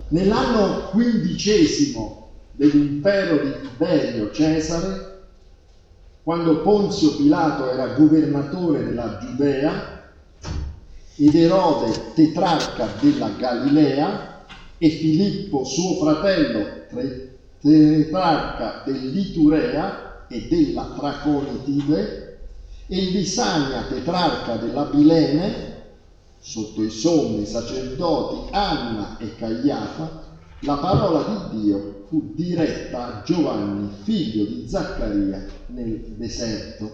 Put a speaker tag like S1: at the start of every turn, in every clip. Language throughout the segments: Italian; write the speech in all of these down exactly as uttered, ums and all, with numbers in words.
S1: Nell'anno quindicesimo dell'impero di Tiberio Cesare, quando Ponzio Pilato era governatore della Giudea ed Erode tetrarca della Galilea e Filippo suo fratello tetrarca dell'Iturea e della Traconitide e Lisania tetrarca della Bilene, sotto i sommi sacerdoti Anna e Caiafa, la parola di Dio fu diretta a Giovanni, figlio di Zaccaria, nel deserto.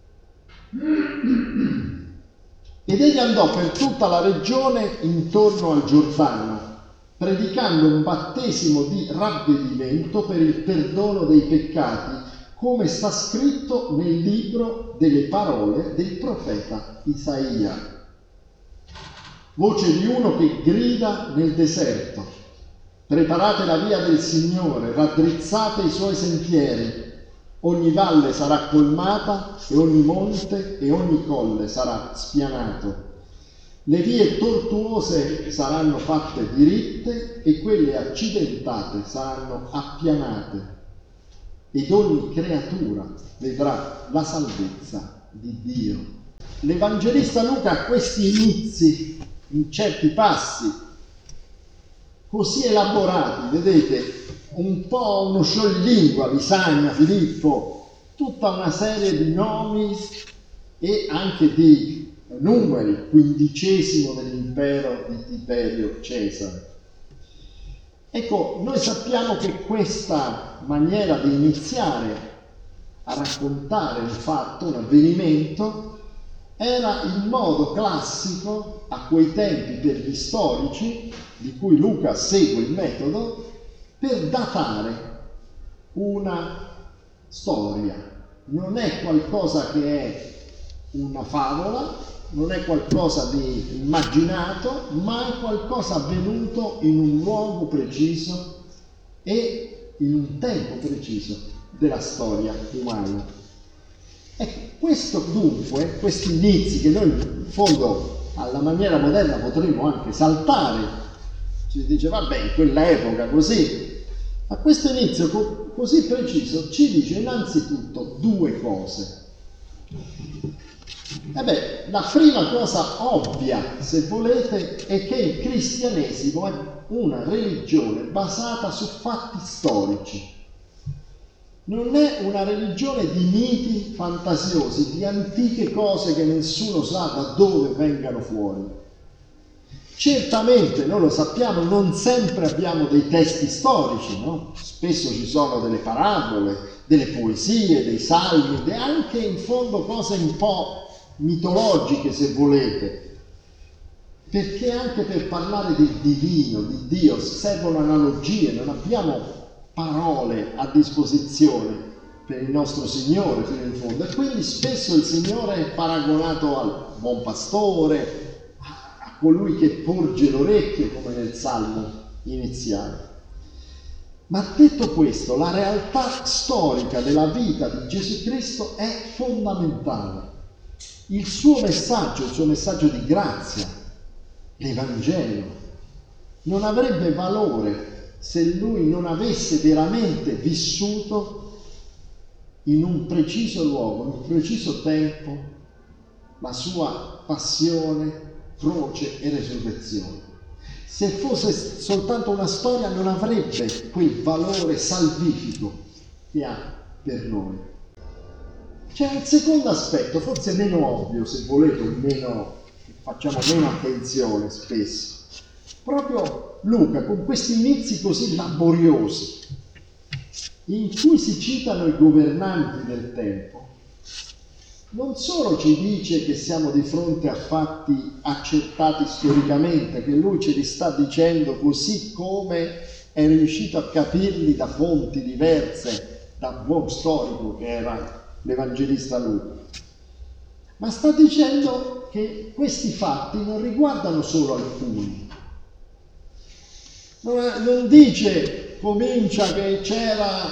S1: Ed egli andò per tutta la regione intorno al Giordano, predicando un battesimo di ravvedimento per il perdono dei peccati, come sta scritto nel libro delle parole del profeta Isaia. Voce di uno che grida nel deserto: preparate la via del Signore, raddrizzate i suoi sentieri. Ogni valle sarà colmata e ogni monte e ogni colle sarà spianato. Le vie tortuose saranno fatte diritte e quelle accidentate saranno appianate. Ed ogni creatura vedrà la salvezza di Dio. L'Evangelista Luca ha questi inizi in certi passi così elaborati, vedete, un po' uno scioglilingua, Lisania, Filippo, tutta una serie di nomi e anche di numeri, quindicesimo dell'impero di Tiberio Cesare. Ecco, noi sappiamo che questa maniera di iniziare a raccontare un fatto, un avvenimento, era il modo classico a quei tempi per gli storici, di cui Luca segue il metodo, per datare una storia. Non è qualcosa che è una favola, non è qualcosa di immaginato, ma è qualcosa avvenuto in un luogo preciso e in un tempo preciso della storia umana. Ecco, questo dunque, questi inizi che noi in fondo alla maniera moderna potremmo anche saltare, ci dice vabbè in quell'epoca così, ma questo inizio co- così preciso ci dice innanzitutto due cose. E beh, la prima cosa ovvia, se volete, è che il cristianesimo è una religione basata su fatti storici. Non è una religione di miti fantasiosi, di antiche cose che nessuno sa da dove vengano fuori. Certamente, noi lo sappiamo, non sempre abbiamo dei testi storici, no? Spesso ci sono delle parabole, delle poesie, dei salmi, e anche in fondo cose un po' mitologiche, se volete. Perché anche per parlare del divino, di Dio, servono analogie, non abbiamo parole a disposizione per il nostro Signore fino in fondo, e quindi spesso il Signore è paragonato al buon pastore, a colui che porge l'orecchio, come nel Salmo iniziale. Ma detto questo, la realtà storica della vita di Gesù Cristo è fondamentale. Il suo messaggio, il suo messaggio di grazia, l'Evangelo, non avrebbe valore se lui non avesse veramente vissuto in un preciso luogo, in un preciso tempo, la sua passione, croce e resurrezione. Se fosse soltanto una storia non avrebbe quel valore salvifico che ha per noi. C'è un secondo aspetto, forse meno ovvio se volete, o meno, facciamo meno attenzione spesso. Proprio Luca, con questi inizi così laboriosi, in cui si citano i governanti del tempo, non solo ci dice che siamo di fronte a fatti accertati storicamente, che lui ce li sta dicendo così come è riuscito a capirli da fonti diverse, da buon storico che era l'Evangelista Luca, ma sta dicendo che questi fatti non riguardano solo alcuni. Non dice, comincia che c'era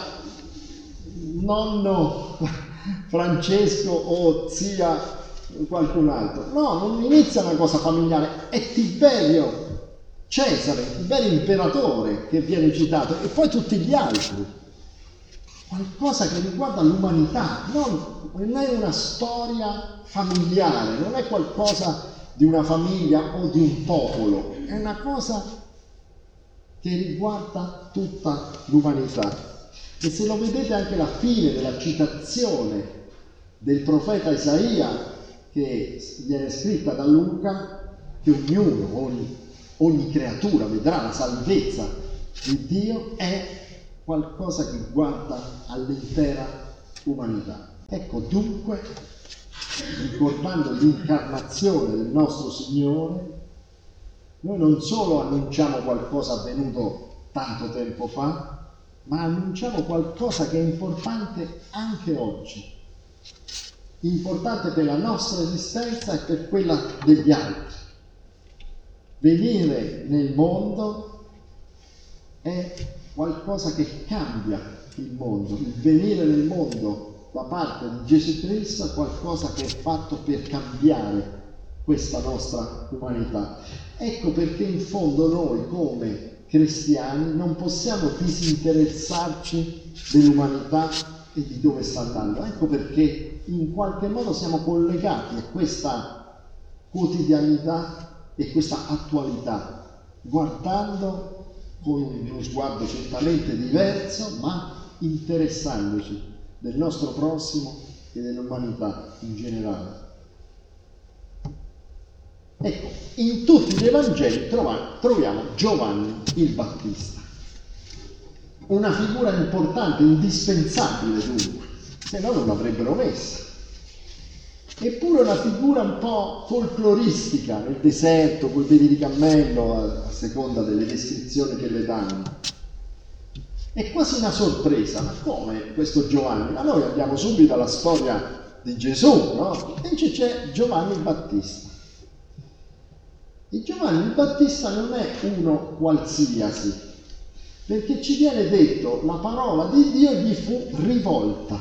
S1: nonno Francesco o zia qualcun altro. No, non inizia una cosa familiare, è Tiberio Cesare, il vero imperatore che viene citato, e poi tutti gli altri. Qualcosa che riguarda l'umanità, non, non è una storia familiare, non è qualcosa di una famiglia o di un popolo, è una cosa che riguarda tutta l'umanità. E se lo vedete anche alla fine della citazione del profeta Isaia, che viene scritta da Luca, che ognuno, ogni, ogni creatura vedrà la salvezza di Dio, è qualcosa che guarda all'intera umanità. Ecco dunque, ricordando l'incarnazione del nostro Signore, noi non solo annunciamo qualcosa avvenuto tanto tempo fa, ma annunciamo qualcosa che è importante anche oggi, importante per la nostra esistenza e per quella degli altri. Venire nel mondo è qualcosa che cambia il mondo, il venire nel mondo da parte di Gesù Cristo è qualcosa che è fatto per cambiare questa nostra umanità. Ecco perché in fondo noi come cristiani non possiamo disinteressarci dell'umanità e di dove sta andando. Ecco perché in qualche modo siamo collegati a questa quotidianità e questa attualità, guardando con uno sguardo certamente diverso, ma interessandoci del nostro prossimo e dell'umanità in generale. Ecco, in tutti gli Evangeli troviamo Giovanni il Battista, una figura importante, indispensabile dunque, se no non l'avrebbero messa. Eppure una figura un po' folcloristica nel deserto, col piedi di cammello, a seconda delle descrizioni che le danno. È quasi una sorpresa, ma come questo Giovanni? Ma noi abbiamo subito la storia di Gesù, no? E invece c'è Giovanni il Battista. E Giovanni il Battista non è uno qualsiasi, perché ci viene detto la parola di Dio gli fu rivolta,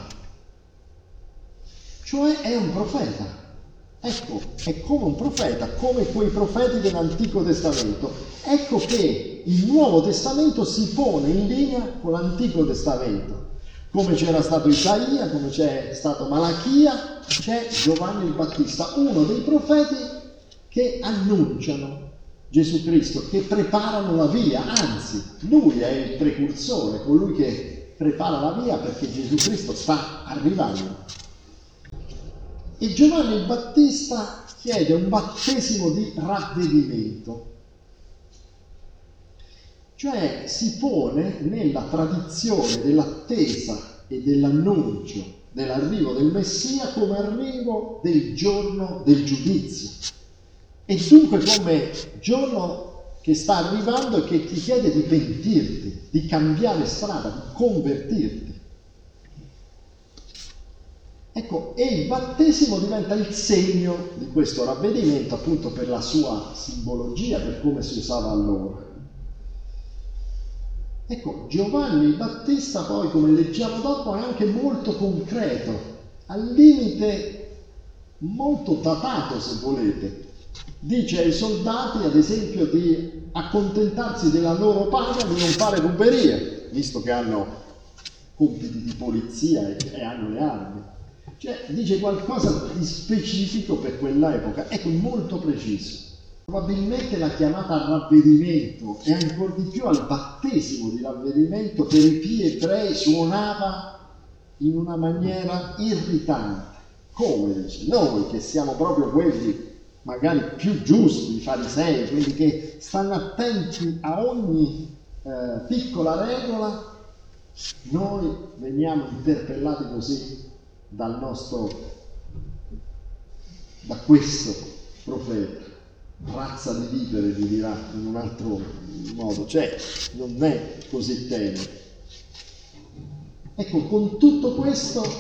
S1: cioè è un profeta. Ecco, è come un profeta, come quei profeti dell'Antico Testamento. Ecco che il Nuovo Testamento si pone in linea con l'Antico Testamento. Come c'era stato Isaia, come c'è stato Malachia, c'è Giovanni il Battista, uno dei profeti che annunciano Gesù Cristo, che preparano la via, anzi, lui è il precursore, colui che prepara la via perché Gesù Cristo sta arrivando. E Giovanni il Battista chiede un battesimo di ravvedimento, cioè si pone nella tradizione dell'attesa e dell'annuncio dell'arrivo del Messia come arrivo del giorno del giudizio. E dunque come giorno che sta arrivando e che ti chiede di pentirti, di cambiare strada, di convertirti. Ecco, e il battesimo diventa il segno di questo ravvedimento, appunto per la sua simbologia, per come si usava allora. Ecco, Giovanni il Battista poi, come leggiamo dopo, è anche molto concreto, al limite molto datato, se volete. Dice ai soldati, ad esempio, di accontentarsi della loro paga, di non fare ruberie, visto che hanno compiti di polizia e, e hanno le armi. Cioè, dice qualcosa di specifico per quell'epoca, ecco, molto preciso. Probabilmente la chiamata al ravvedimento e ancora di più al battesimo di ravvedimento per i pii ebrei suonava in una maniera irritante. Come dice? Noi che siamo proprio quelli magari più giusti, i farisei, quelli che stanno attenti a ogni eh, piccola regola, noi veniamo interpellati così dal nostro, da questo profeta, razza di vipere, gli dirà in un altro modo, cioè non è così tenero. Ecco, con tutto questo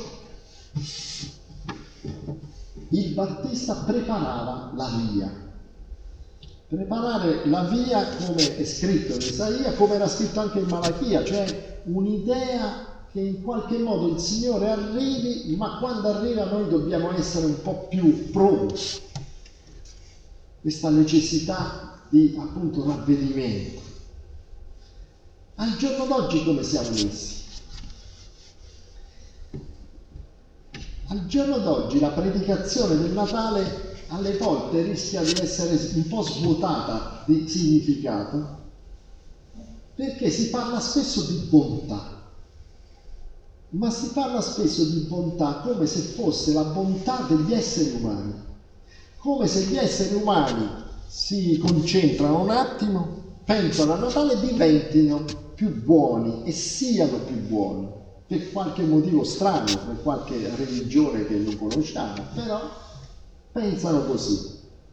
S1: il Battista preparava la via. Preparare la via, come è scritto in Isaia, come era scritto anche in Malachia, cioè un'idea che in qualche modo il Signore arrivi, ma quando arriva noi dobbiamo essere un po' più pronti. Questa necessità di appunto ravvedimento. Al giorno d'oggi come siamo messi? Al giorno d'oggi la predicazione del Natale alle volte rischia di essere un po' svuotata di significato, perché si parla spesso di bontà, ma si parla spesso di bontà come se fosse la bontà degli esseri umani, come se gli esseri umani si concentrano un attimo, pensano a Natale e diventino più buoni e siano più buoni, per qualche motivo strano, per qualche religione che non conosciamo, però pensano così.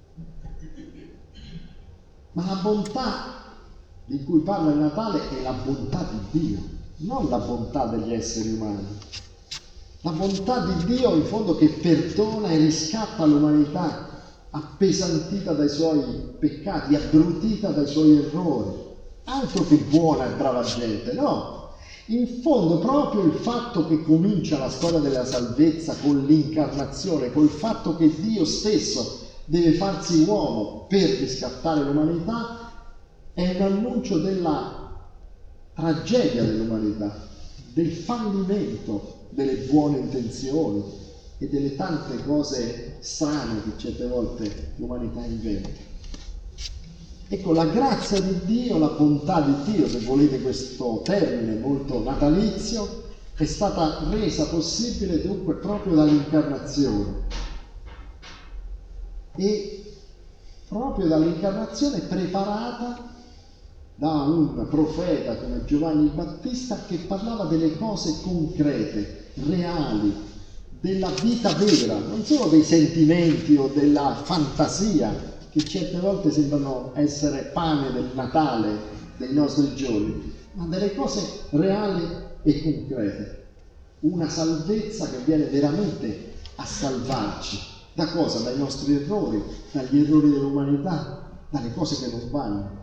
S1: Ma la bontà di cui parla il Natale è la bontà di Dio, non la bontà degli esseri umani. La bontà di Dio in fondo che perdona e riscatta l'umanità appesantita dai suoi peccati, abbrutita dai suoi errori. Altro che buona e brava gente, no! In fondo proprio il fatto che comincia la storia della salvezza con l'incarnazione, col fatto che Dio stesso deve farsi uomo per riscattare l'umanità, è un annuncio della tragedia dell'umanità, del fallimento delle buone intenzioni e delle tante cose strane che certe volte l'umanità inventa. Ecco, la grazia di Dio, la bontà di Dio, se volete questo termine molto natalizio, è stata resa possibile dunque proprio dall'incarnazione. E proprio dall'incarnazione preparata da un profeta come Giovanni il Battista che parlava delle cose concrete, reali, della vita vera, non solo dei sentimenti o della fantasia, che certe volte sembrano essere pane del Natale dei nostri giorni, ma delle cose reali e concrete. Una salvezza che viene veramente a salvarci. Da cosa? Dai nostri errori, dagli errori dell'umanità, dalle cose che non vanno.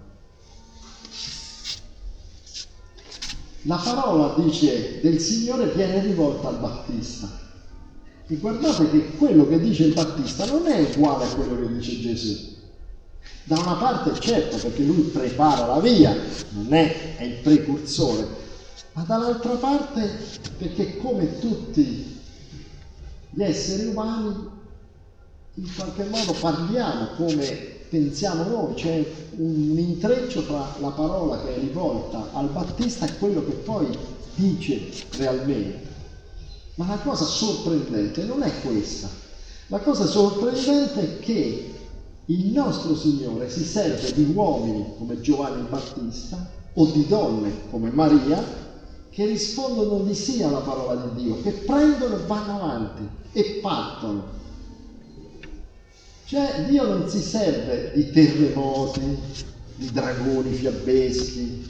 S1: La parola, dice, del Signore viene rivolta al Battista. E guardate che quello che dice il Battista non è uguale a quello che dice Gesù. Da una parte certo, perché lui prepara la via, non è, è il precursore, ma dall'altra parte perché come tutti gli esseri umani in qualche modo parliamo come pensiamo noi, c'è un intreccio tra la parola che è rivolta al Battista e quello che poi dice realmente. Ma la cosa sorprendente non è questa, la cosa sorprendente è che il nostro Signore si serve di uomini come Giovanni Battista o di donne come Maria che rispondono di sì alla parola di Dio, che prendono e vanno avanti e partono. Cioè Dio non si serve di terremoti, di dragoni fiabeschi,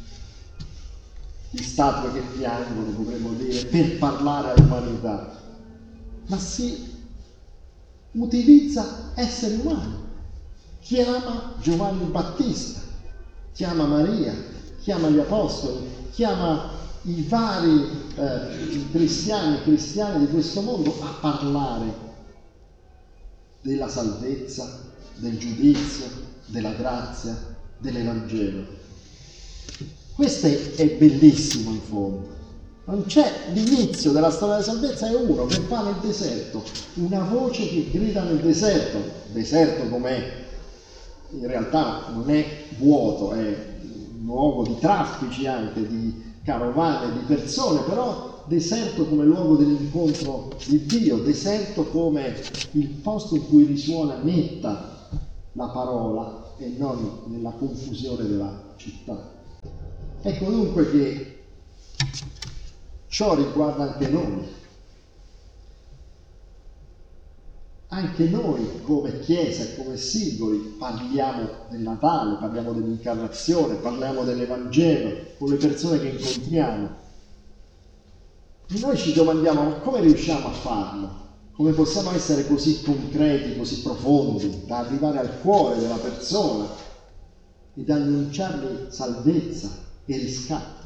S1: di statue che piangono, potremmo dire, per parlare all'umanità, ma si utilizza esseri umani. Chiama Giovanni Battista, chiama Maria, chiama gli Apostoli, chiama i vari eh, cristiani e cristiane di questo mondo a parlare della salvezza, del giudizio, della grazia, dell'Evangelo. Questo è, è bellissimo in fondo. Non c'è l'inizio della storia della salvezza, è uno che va nel deserto, una voce che grida nel deserto, deserto com'è. In realtà non è vuoto, è un luogo di traffici anche, di carovane, di persone, però deserto come luogo dell'incontro di Dio, deserto come il posto in cui risuona netta la parola e non nella confusione della città. Ecco dunque che ciò riguarda anche noi. Anche noi come Chiesa e come singoli parliamo del Natale, parliamo dell'incarnazione, parliamo dell'Evangelo con le persone che incontriamo. E noi ci domandiamo come riusciamo a farlo, come possiamo essere così concreti, così profondi, da arrivare al cuore della persona e da annunciargli salvezza e riscatto.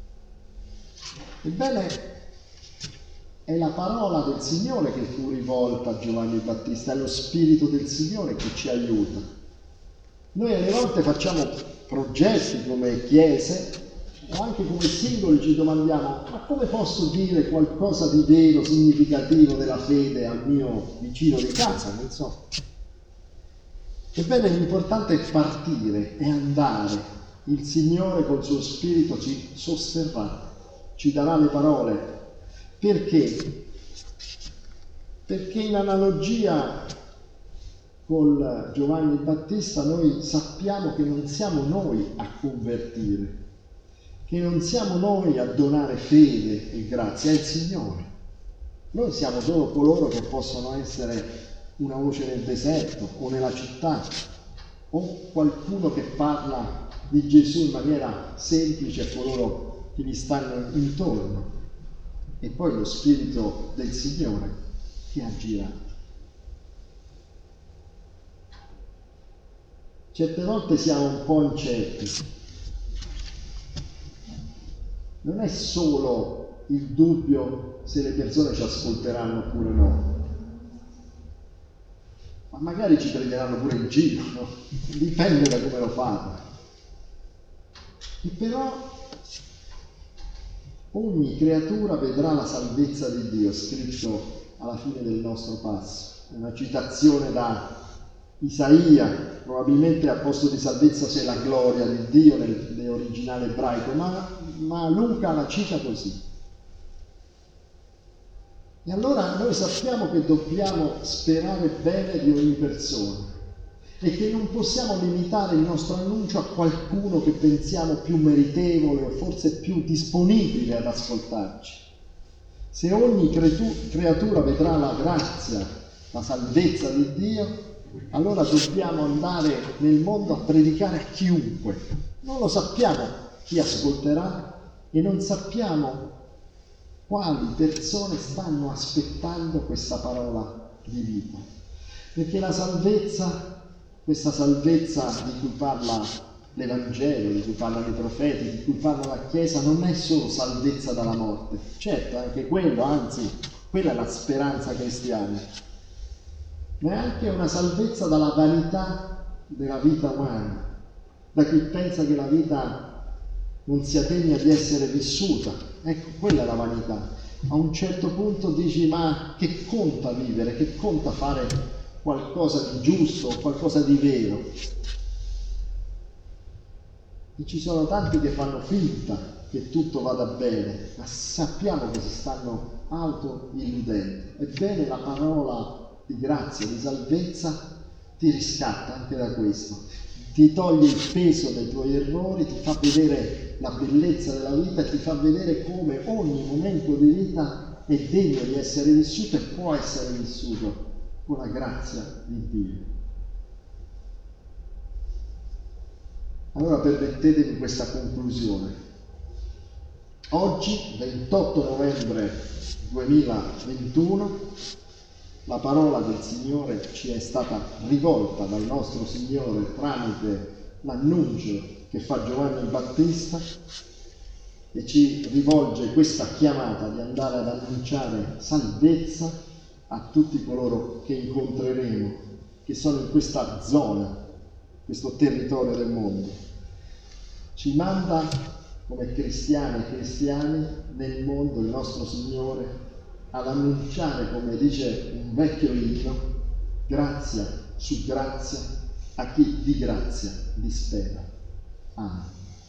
S1: Ebbene, è la parola del Signore che fu rivolta a Giovanni Battista, è lo Spirito del Signore che ci aiuta. Noi alle volte facciamo progetti come chiese o anche come singoli, ci domandiamo: ma come posso dire qualcosa di vero, significativo della fede al mio vicino di casa? Non so. Ebbene, l'importante è partire e andare. Il Signore col suo Spirito ci sosterrà, ci darà le parole. Perché? Perché in analogia con Giovanni Battista noi sappiamo che non siamo noi a convertire, che non siamo noi a donare fede e grazia, è il Signore. Noi siamo solo coloro che possono essere una voce nel deserto o nella città, o qualcuno che parla di Gesù in maniera semplice a coloro che gli stanno intorno, e poi lo Spirito del Signore che agirà. Certe volte siamo un po' incerti. Non è solo il dubbio se le persone ci ascolteranno oppure no, ma magari ci prenderanno pure in giro, no? Dipende da come lo fate. E però ogni creatura vedrà la salvezza di Dio, scritto alla fine del nostro passo. È una citazione da Isaia, probabilmente al posto di salvezza c'è la gloria di Dio nell'originale ebraico, ma, ma Luca la cita così. E allora noi sappiamo che dobbiamo sperare bene di ogni persona e che non possiamo limitare il nostro annuncio a qualcuno che pensiamo più meritevole o forse più disponibile ad ascoltarci. Se ogni creatura vedrà la grazia, la salvezza di Dio, allora dobbiamo andare nel mondo a predicare a chiunque. Non lo sappiamo chi ascolterà e non sappiamo quali persone stanno aspettando questa parola di vita. Perché la salvezza, questa salvezza di cui parla l'Evangelo, di cui parlano i profeti, di cui parla la Chiesa, non è solo salvezza dalla morte. Certo, anche quello, anzi, quella è la speranza cristiana. Ma è anche una salvezza dalla vanità della vita umana, da chi pensa che la vita non sia degna di essere vissuta. Ecco, quella è la vanità. A un certo punto dici: ma che conta vivere, che conta fare qualcosa di giusto, qualcosa di vero? E ci sono tanti che fanno finta che tutto vada bene, ma sappiamo che si stanno auto-illudendo. Ebbene, la parola di grazia, di salvezza ti riscatta anche da questo, ti toglie il peso dei tuoi errori, ti fa vedere la bellezza della vita e ti fa vedere come ogni momento di vita è degno di essere vissuto e può essere vissuto con la grazia di Dio. Allora permettetemi questa conclusione. Oggi, ventotto novembre duemilaventuno, la parola del Signore ci è stata rivolta dal nostro Signore tramite l'annuncio che fa Giovanni Battista e ci rivolge questa chiamata di andare ad annunciare salvezza a tutti coloro che incontreremo, che sono in questa zona, questo territorio del mondo. Ci manda come cristiani e cristiani nel mondo il nostro Signore ad annunciare, come dice un vecchio inno, grazia su grazia a chi di grazia dispera. Amen.